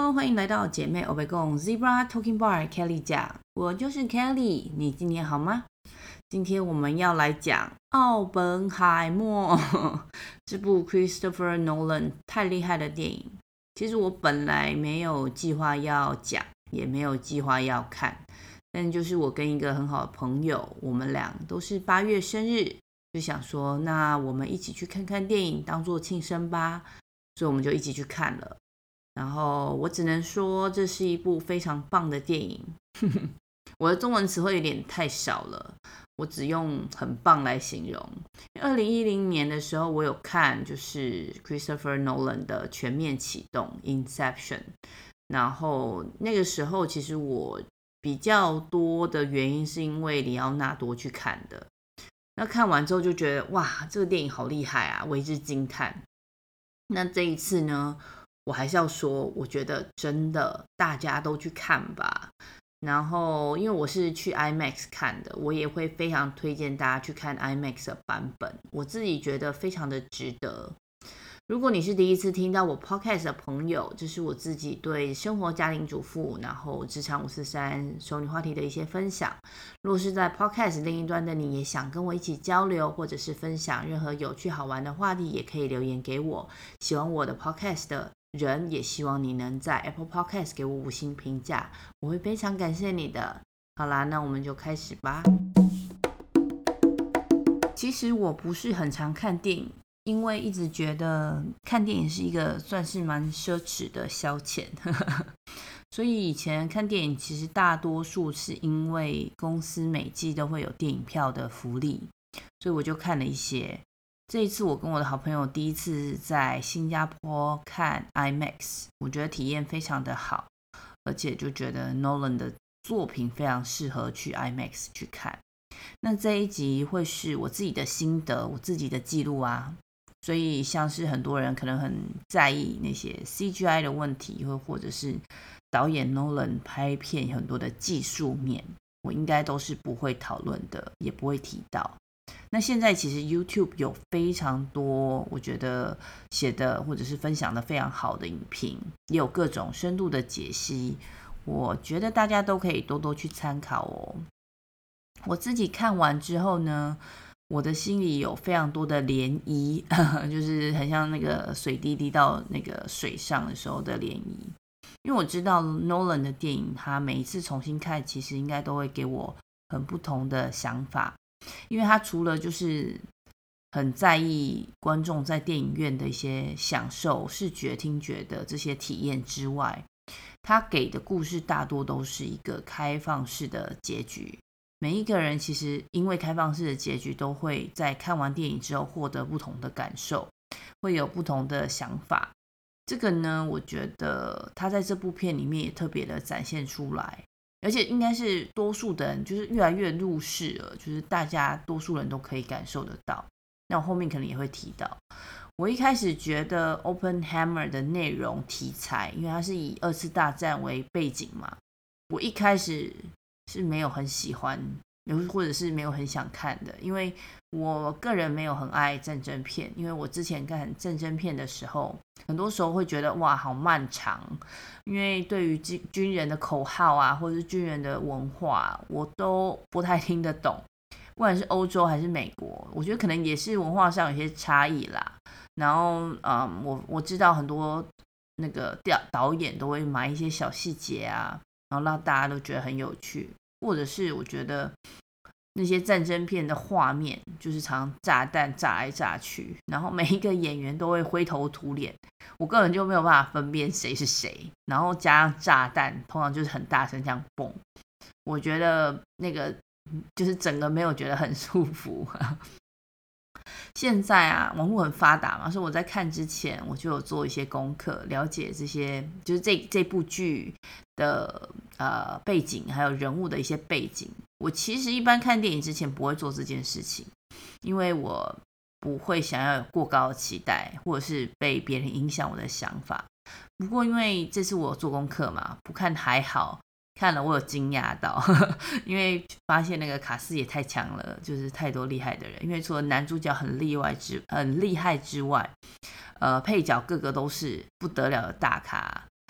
Hello， 欢迎来到姐妹欧北共 Zebra Talking Bar Kelly 家，我就是 Kelly， 你今天好吗？今天我们要来讲奥本海默这部 Christopher Nolan 太厉害的电影。其实我本来没有计划要讲，也没有计划要看，但就是我跟一个很好的朋友，我们俩都是8月生日，就想说那我们一起去看看电影当做庆生吧，所以我们就一起去看了。然后我只能说这是一部非常棒的电影我的中文词汇有点太少了，我只用很棒来形容。2010年的时候我有看就是 Christopher Nolan 的全面启动 Inception， 然后那个时候其实我比较多的原因是因为里奥纳多去看的，那看完之后就觉得哇这个电影好厉害啊，为之惊叹。那这一次呢我还是要说我觉得真的大家都去看吧，然后因为我是去 IMAX 看的，我也会非常推荐大家去看 IMAX 的版本，我自己觉得非常的值得。如果你是第一次听到我 podcast 的朋友，这是我自己对生活家庭主妇然后职场543熟女话题的一些分享。如果是在 podcast 另一端的你也想跟我一起交流或者是分享任何有趣好玩的话题，也可以留言给我。喜欢我的 podcast 的人也希望你能在 Apple Podcast 给我5星评价，我会非常感谢你的。好啦，那我们就开始吧。其实我不是很常看电影，因为一直觉得看电影是一个算是蛮奢侈的消遣所以以前看电影其实大多数是因为公司每季都会有电影票的福利，所以我就看了一些。这一次我跟我的好朋友第一次在新加坡看 IMAX， 我觉得体验非常的好，而且就觉得 Nolan 的作品非常适合去 IMAX 去看。那这一集会是我自己的心得，我自己的记录啊，所以像是很多人可能很在意那些 CGI 的问题，或者是导演 Nolan 拍片很多的技术面，我应该都是不会讨论的，也不会提到。那现在其实 YouTube 有非常多我觉得写的或者是分享的非常好的影评，也有各种深度的解析，我觉得大家都可以多多去参考哦。我自己看完之后呢，我的心里有非常多的涟漪就是很像那个水滴滴到那个水上的时候的涟漪。因为我知道 Nolan 的电影他每一次重新看其实应该都会给我很不同的想法，因为他除了就是很在意观众在电影院的一些享受视觉听觉的这些体验之外，他给的故事大多都是一个开放式的结局，每一个人其实因为开放式的结局都会在看完电影之后获得不同的感受，会有不同的想法。这个呢我觉得他在这部片里面也特别的展现出来，而且应该是多数的人就是越来越入世了，就是大家多数人都可以感受得到。那我后面可能也会提到，我一开始觉得 Oppenheimer 的内容题材，因为它是以2次大战为背景嘛，我一开始是没有很喜欢或者是没有很想看的，因为我个人没有很爱战争片，因为我之前看战争片的时候很多时候会觉得哇好漫长，因为对于军人的口号啊或者是军人的文化我都不太听得懂，不管是欧洲还是美国，我觉得可能也是文化上有些差异啦。然后我知道很多那个导演都会买一些小细节啊，然后让大家都觉得很有趣，或者是我觉得那些战争片的画面就是常炸弹炸来炸去，然后每一个演员都会灰头土脸，我个人就没有办法分辨谁是谁，然后加上炸弹通常就是很大声这样蹦，我觉得那个就是整个没有觉得很舒服现在啊网络很发达嘛，所以我在看之前我就有做一些功课，了解这些就是这部剧的背景还有人物的一些背景。我其实一般看电影之前不会做这件事情，因为我不会想要有过高的期待，或者是被别人影响我的想法。不过因为这次我有做功课嘛，不看还好，看了我有惊讶到因为发现那个卡斯也太强了，就是太多厉害的人，因为除了男主角很厉害之外配角个个都是不得了的大咖，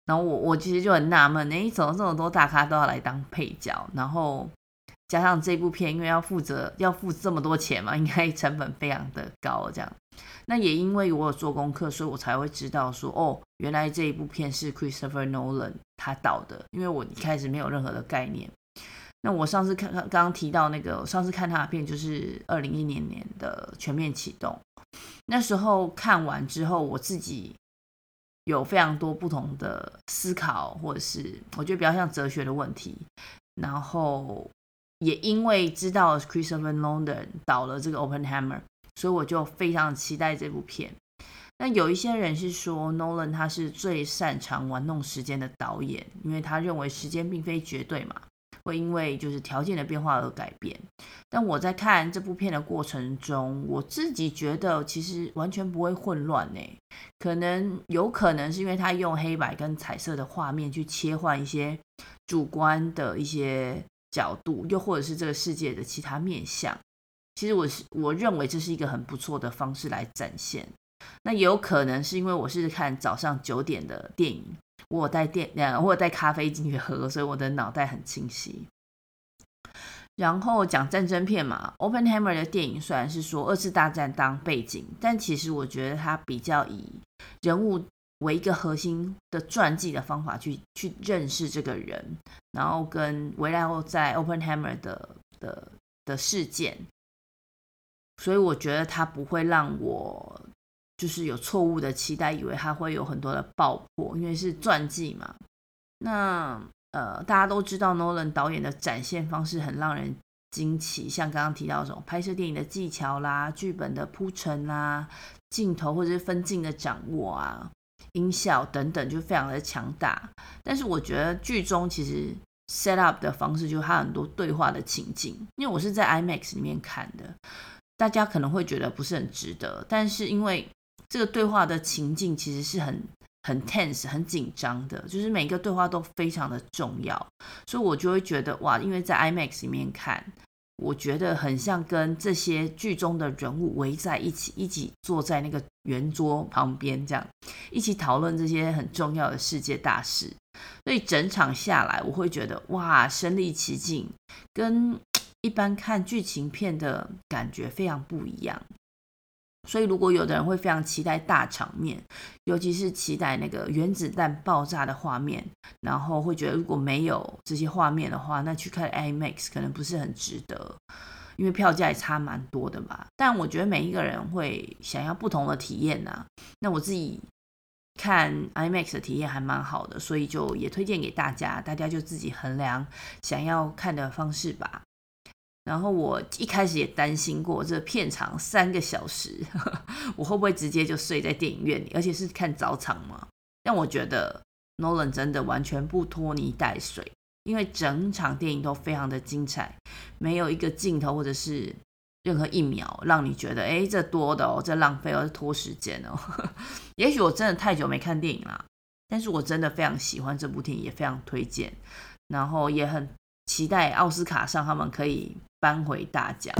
然后我其实就很纳闷，怎么这么多大咖都要来当配角，然后加上这部片因为要付这么多钱嘛，应该成本非常的高这样。那也因为我有做功课，所以我才会知道说原来这一部片是 Christopher Nolan 他导的，因为我一开始没有任何的概念。那我上次刚刚提到我上次看他的片就是2010年的全面启动，那时候看完之后我自己有非常多不同的思考，或者是我觉得比较像哲学的问题，然后也因为知道 Christopher Nolan 导了这个 Oppenheimer， 所以我就非常期待这部片。那有一些人是说 Nolan 他是最擅长玩弄时间的导演，因为他认为时间并非绝对嘛，会因为就是条件的变化而改变。但我在看这部片的过程中，我自己觉得其实完全不会混乱有可能是因为他用黑白跟彩色的画面去切换一些主观的一些角度，又或者是这个世界的其他面向。其实我认为这是一个很不错的方式来展现。那也有可能是因为我是看早上9点的电影，我有带咖啡进去喝，所以我的脑袋很清晰。然后讲战争片嘛， Oppenheimer 的电影虽然是说2次大战当背景，但其实我觉得他比较以人物为一个核心的传记的方法去认识这个人，然后跟围绕在 Oppenheimer 的事件，所以我觉得他不会让我就是有错误的期待，以为他会有很多的爆破，因为是传记嘛。那大家都知道 Nolan 导演的展现方式很让人惊奇，像刚刚提到这种拍摄电影的技巧啦、剧本的铺陈啦、镜头或者是分镜的掌握啊、音效等等，就非常的强大。但是我觉得剧中其实 set up 的方式就是它很多对话的情境，因为我是在 IMAX 里面看的，大家可能会觉得不是很值得，但是因为这个对话的情境其实是很 tense 很紧张的，就是每个对话都非常的重要，所以我就会觉得哇，因为在 IMAX 里面看，我觉得很像跟这些剧中的人物围在一起坐在那个圆桌旁边，这样一起讨论这些很重要的世界大事，所以整场下来我会觉得哇，身临其境，跟一般看剧情片的感觉非常不一样。所以如果有的人会非常期待大场面，尤其是期待那个原子弹爆炸的画面，然后会觉得如果没有这些画面的话，那去看 IMAX 可能不是很值得，因为票价也差蛮多的嘛。但我觉得每一个人会想要不同的体验啊，那我自己看 IMAX 的体验还蛮好的，所以就也推荐给大家，大家就自己衡量想要看的方式吧。然后我一开始也担心过，这片长3个小时，我会不会直接就睡在电影院里，而且是看早场嘛？但我觉得 Nolan 真的完全不拖泥带水，因为整场电影都非常的精彩，没有一个镜头或者是任何一秒让你觉得这多的这浪费这拖时间也许我真的太久没看电影啦，但是我真的非常喜欢这部电影，也非常推荐，然后也很期待奥斯卡上他们可以扳回大奖。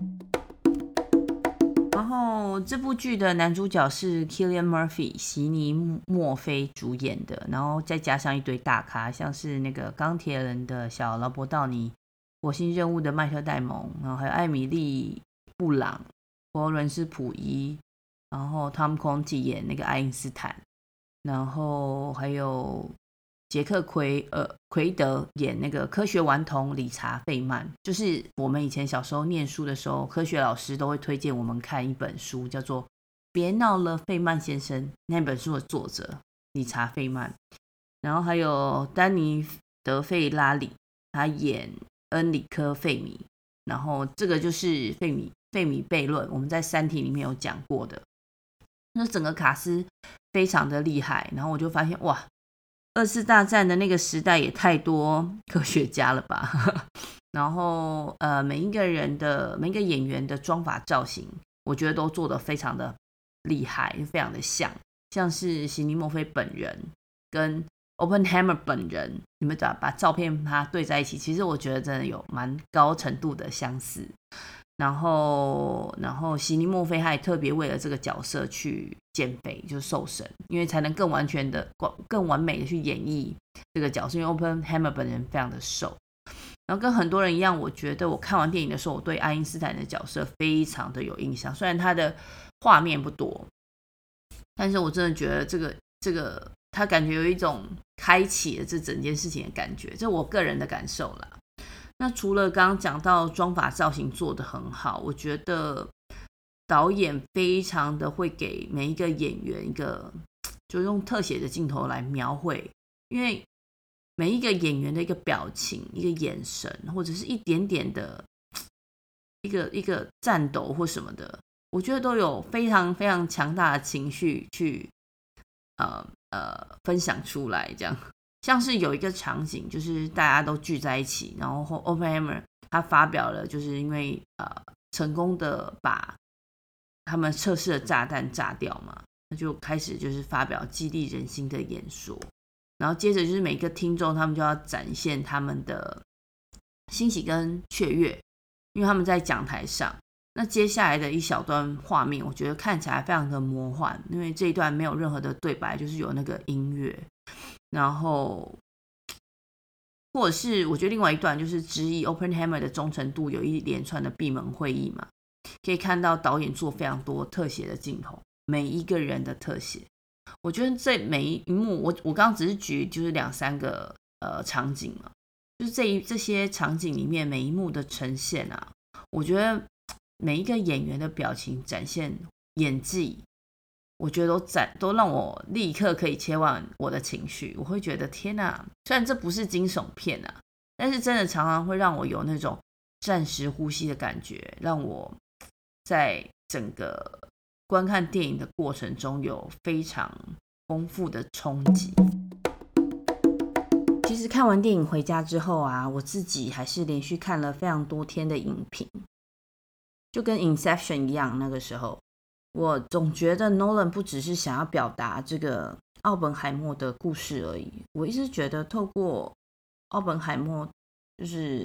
然后这部剧的男主角是 Cillian Murphy 席尼墨菲主演的，然后再加上一堆大咖，像是那个钢铁人的小劳勃道尼、火星任务的麦特戴蒙，然后还有艾米丽布朗、佛伦斯普伊，然后 Tom Conti 演那个爱因斯坦，然后还有杰克奎德演那个科学顽童理查费曼，就是我们以前小时候念书的时候，科学老师都会推荐我们看一本书，叫做《别闹了，费曼先生》，那本书的作者理查费曼。然后还有丹尼德费拉里，他演恩里科费米，然后这个就是费米悖论，我们在三体里面有讲过的。那整个卡司非常的厉害，然后我就发现哇，2次大战的那个时代也太多科学家了吧然后每一个演员的妆法造型我觉得都做得非常的厉害，非常的像是席尼墨菲本人跟 Oppenheimer 本人，你们把照片它对在一起，其实我觉得真的有蛮高程度的相似。 然后席尼墨菲还特别为了这个角色去减肥，就瘦身，因为才能更完美的去演绎这个角色。因为 Oppenheimer 本人非常的瘦，然后跟很多人一样，我觉得我看完电影的时候，我对爱因斯坦的角色非常的有印象。虽然他的画面不多，但是我真的觉得这个他感觉有一种开启了这整件事情的感觉，这是我个人的感受啦。那除了刚刚讲到妆法造型做得很好，我觉得导演非常的会给每一个演员一个，就用特写的镜头来描绘，因为每一个演员的一个表情、一个眼神，或者是一点点的一个颤抖或什么的，我觉得都有非常非常强大的情绪去分享出来，这样。像是有一个场景，就是大家都聚在一起，然后 Oppenheimer 他发表了，就是因为成功的把他们测试的炸弹炸掉嘛，那就开始就是发表激励人心的演说，然后接着就是每个听众他们就要展现他们的欣喜跟雀跃，因为他们在讲台上。那接下来的一小段画面，我觉得看起来非常的魔幻，因为这一段没有任何的对白，就是有那个音乐。然后或者是我觉得另外一段就是质疑 Oppenheimer 的忠诚度，有一连串的闭门会议嘛，可以看到导演做非常多特写的镜头，每一个人的特写，我觉得这每一幕，我刚刚只是举就是2-3个场景嘛，就是这些场景里面每一幕的呈现啊，我觉得每一个演员的表情展现演技，我觉得都让我立刻可以切换我的情绪，我会觉得天哪，虽然这不是惊悚片啊，但是真的常常会让我有那种暂时呼吸的感觉，让我在整个观看电影的过程中有非常丰富的冲击。其实看完电影回家之后啊，我自己还是连续看了非常多天的影评，就跟 Inception 一样，那个时候我总觉得 Nolan 不只是想要表达这个奥本海默的故事而已，我一直觉得透过奥本海默，就是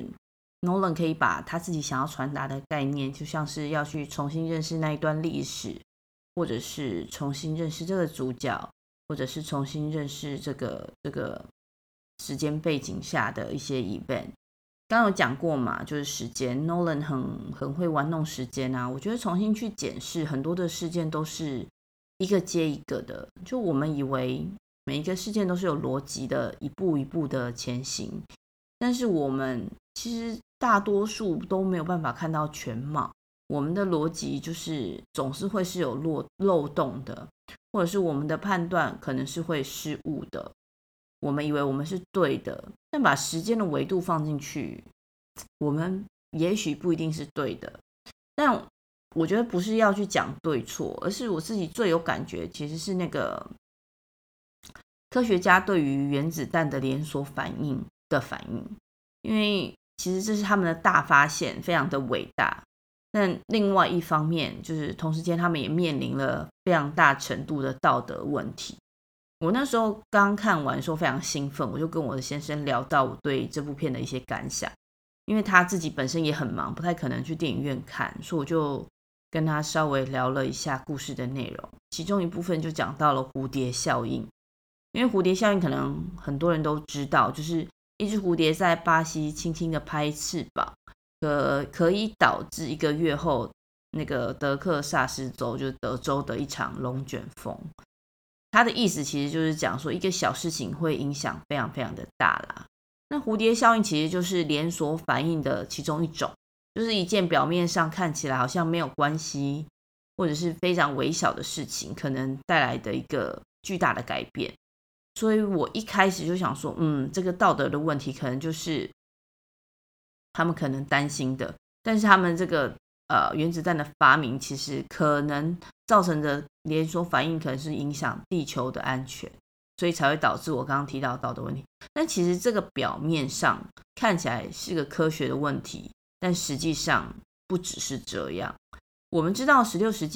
Nolan 可以把他自己想要传达的概念，就像是要去重新认识那一段历史，或者是重新认识这个主角，或者是重新认识这个时间背景下的一些 event。刚刚有讲过嘛，就是时间 Nolan 很会玩弄时间啊，我觉得重新去检视很多的事件都是一个接一个的，就我们以为每一个事件都是有逻辑的，一步一步的前行，但是我们其实大多数都没有办法看到全貌，我们的逻辑就是总是会是有漏洞的，或者是我们的判断可能是会失误的，我们以为我们是对的，但把时间的维度放进去，我们也许不一定是对的。但我觉得不是要去讲对错，而是我自己最有感觉其实是那个科学家对于原子弹的连锁反应，因为其实这是他们的大发现，非常的伟大。但另外一方面，就是同时间他们也面临了非常大程度的道德问题。我那时候刚看完的时候非常兴奋，我就跟我的先生聊到我对这部片的一些感想，因为他自己本身也很忙，不太可能去电影院看，所以我就跟他稍微聊了一下故事的内容，其中一部分就讲到了蝴蝶效应。因为蝴蝶效应可能很多人都知道，就是一只蝴蝶在巴西轻轻的拍翅膀，可以导致1个月后那个德克萨斯州，就是德州的一场龙卷风。他的意思其实就是讲说一个小事情会影响非常非常的大啦。那蝴蝶效应其实就是连锁反应的其中一种，就是一件表面上看起来好像没有关系，或者是非常微小的事情，可能带来的一个巨大的改变。所以我一开始就想说，这个道德的问题可能就是他们可能担心的，但是他们这个原子弹的发明其实可能造成的连锁反应可能是影响地球的安全，所以才会导致我刚刚提到道德问题。但其实这个表面上看起来是个科学的问题，但实际上不只是这样。我们知道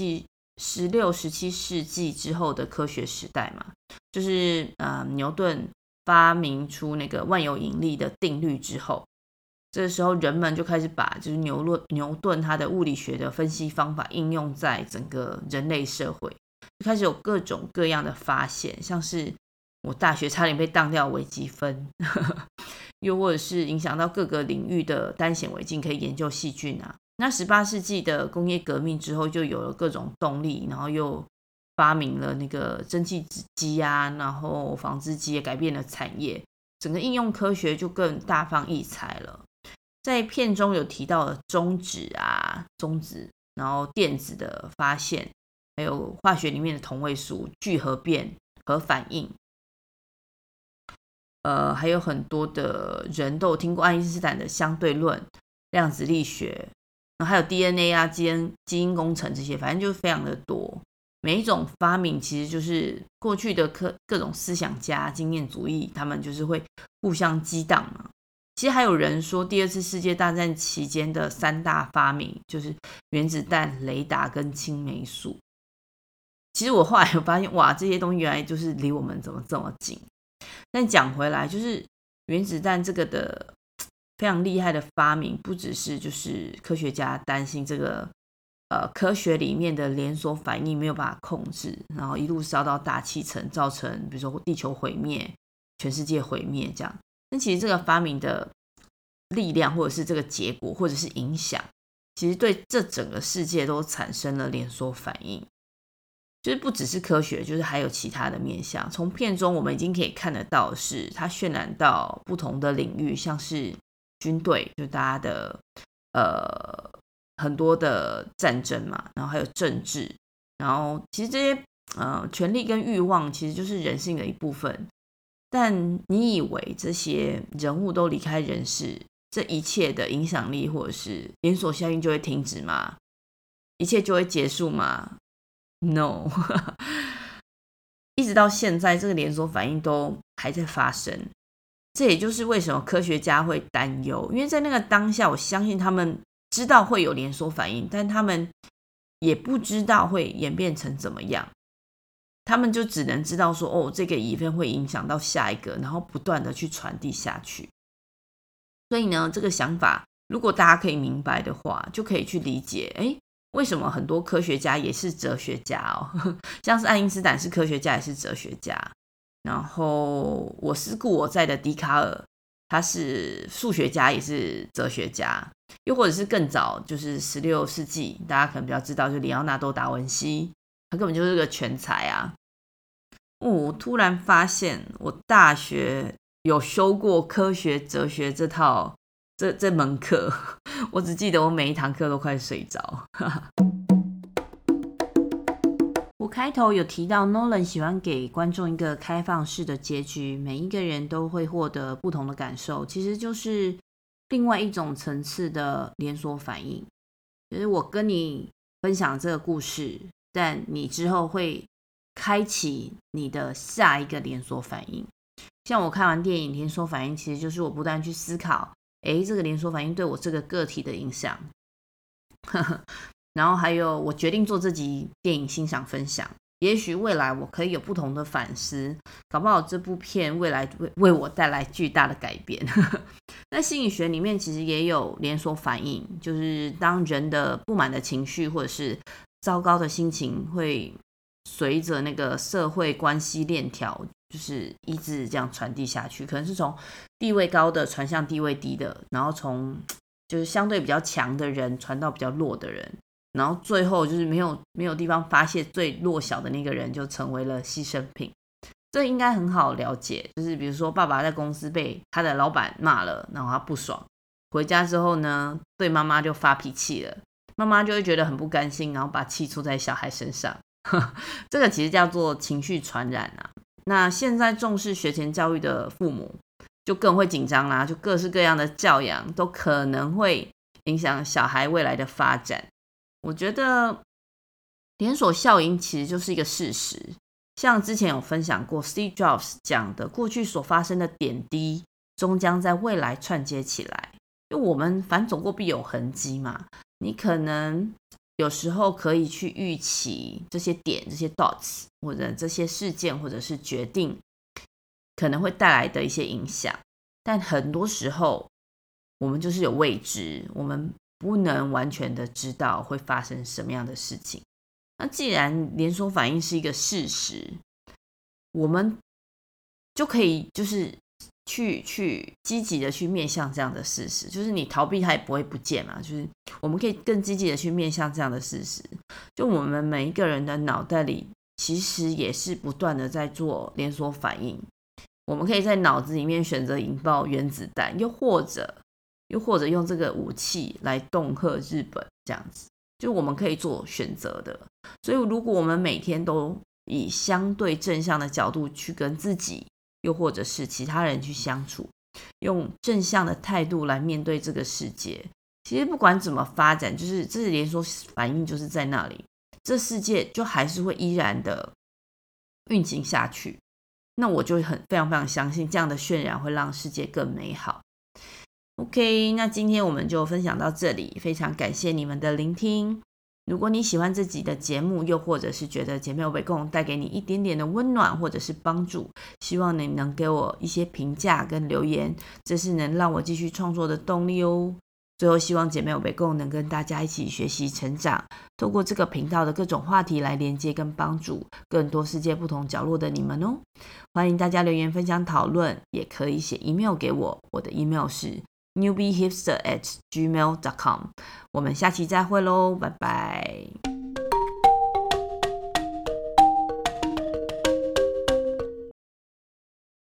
16、17世纪之后的科学时代嘛，就是牛顿发明出那个万有引力的定律之后， 这时候人们就开始把就是牛顿他的物理学的分析方法应用在整个人类社会，就开始有各种各样的发现，像是我大学差点被当掉微积分又或者是影响到各个领域的单显微镜可以研究细菌啊。那18世纪的工业革命之后，就有了各种动力，然后又发明了那个蒸汽机啊，然后纺织机也改变了产业，整个应用科学就更大放异彩了。在片中有提到了中子，然后电子的发现，还有化学里面的同位素、聚合变、核反应，还有很多的人都有听过爱因斯坦的相对论、量子力学，然后还有 DNA 啊、基因工程这些，反正就非常的多。每一种发明其实就是过去的各种思想家、经验主义，他们就是会互相激荡嘛。其实还有人说，第二次世界大战期间的3大发明就是原子弹、雷达跟青霉素。其实我后来有发现，哇，这些东西原来就是离我们怎么这么近。但讲回来，就是原子弹这个的非常厉害的发明，不只是就是科学家担心这个科学里面的连锁反应没有办法控制，然后一路烧到大气层，造成比如说地球毁灭、全世界毁灭这样。但其实这个发明的力量，或者是这个结果，或者是影响，其实对这整个世界都产生了连锁反应。就是不只是科学，就是还有其他的面向。从片中我们已经可以看得到的是，它渲染到不同的领域，像是军队，就大家的很多的战争嘛，然后还有政治，然后其实这些权力跟欲望其实就是人性的一部分。但你以为这些人物都离开人世，这一切的影响力或者是连锁效应就会停止吗？一切就会结束吗？No 一直到现在这个连锁反应都还在发生。这也就是为什么科学家会担忧，因为在那个当下，我相信他们知道会有连锁反应，但他们也不知道会演变成怎么样。他们就只能知道说，哦，这个event会影响到下一个，然后不断的去传递下去。所以呢，这个想法如果大家可以明白的话，就可以去理解，为什么很多科学家也是哲学家哦？像是爱因斯坦是科学家也是哲学家，然后我思故我在的笛卡尔，他是数学家也是哲学家，又或者是更早就是16世纪，大家可能比较知道，就里奥纳多达文西，他根本就是个全才啊。我突然发现我大学有修过科学哲学这门课，我只记得我每一堂课都快睡着。我开头有提到 Nolan 喜欢给观众一个开放式的结局，每一个人都会获得不同的感受，其实就是另外一种层次的连锁反应。就是我跟你分享这个故事，但你之后会开启你的下一个连锁反应。像我看完电影，连锁反应其实就是我不断去思考，这个连锁反应对我这个个体的影响。然后还有我决定做这集电影欣赏分享，也许未来我可以有不同的反思，搞不好这部片未来为我带来巨大的改变。那心理学里面其实也有连锁反应，就是当人的不满的情绪或者是糟糕的心情会随着那个社会关系链条就是一直这样传递下去，可能是从地位高的传向地位低的，然后从就是相对比较强的人传到比较弱的人，然后最后就是没有地方发泄，最弱小的那个人就成为了牺牲品。这应该很好了解，就是比如说爸爸在公司被他的老板骂了，然后他不爽，回家之后呢，对妈妈就发脾气了，妈妈就会觉得很不甘心，然后把气出在小孩身上。这个其实叫做情绪传染啊。那现在重视学前教育的父母就更会紧张啦，就各式各样的教养都可能会影响小孩未来的发展。我觉得连锁效应其实就是一个事实，像之前有分享过 Steve Jobs 讲的，过去所发生的点滴终将在未来串接起来，因为我们凡走过必有痕迹嘛，你可能有时候可以去预期这些点、这些 dots 或者这些事件或者是决定可能会带来的一些影响，但很多时候我们就是有未知，我们不能完全的知道会发生什么样的事情。那既然连锁反应是一个事实，我们就可以就是去积极的去面向这样的事实，就是你逃避它也不会不见嘛，就是我们可以更积极的去面向这样的事实。就我们每一个人的脑袋里其实也是不断的在做连锁反应，我们可以在脑子里面选择引爆原子弹，又或者用这个武器来恫吓日本，这样子就我们可以做选择的。所以如果我们每天都以相对正向的角度去跟自己又或者是其他人去相处，用正向的态度来面对这个世界，其实不管怎么发展，就是这连锁反应就是在那里，这世界就还是会依然的运行下去。那我就非常非常相信这样的渲染会让世界更美好。OK， 那今天我们就分享到这里，非常感谢你们的聆听。如果你喜欢这集的节目，又或者是觉得姐妹有被共带给你一点点的温暖或者是帮助，希望你能给我一些评价跟留言，这是能让我继续创作的动力哦。最后希望姐妹有被共能跟大家一起学习成长，透过这个频道的各种话题来连接跟帮助更多世界不同角落的你们哦。欢迎大家留言分享讨论，也可以写 email 给我，我的 email 是newbiehipster@gmail.com。 我们下期再会咯，拜拜。